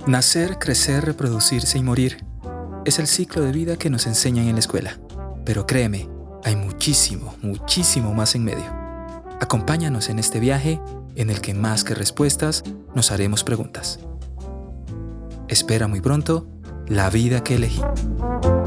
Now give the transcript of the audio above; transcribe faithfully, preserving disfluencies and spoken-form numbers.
Nacer, crecer, reproducirse y morir es el ciclo de vida que nos enseñan en la escuela. Pero créeme, hay muchísimo, muchísimo más en medio. Acompáñanos en este viaje en el que más que respuestas nos haremos preguntas. Espera muy pronto La vida que elegí.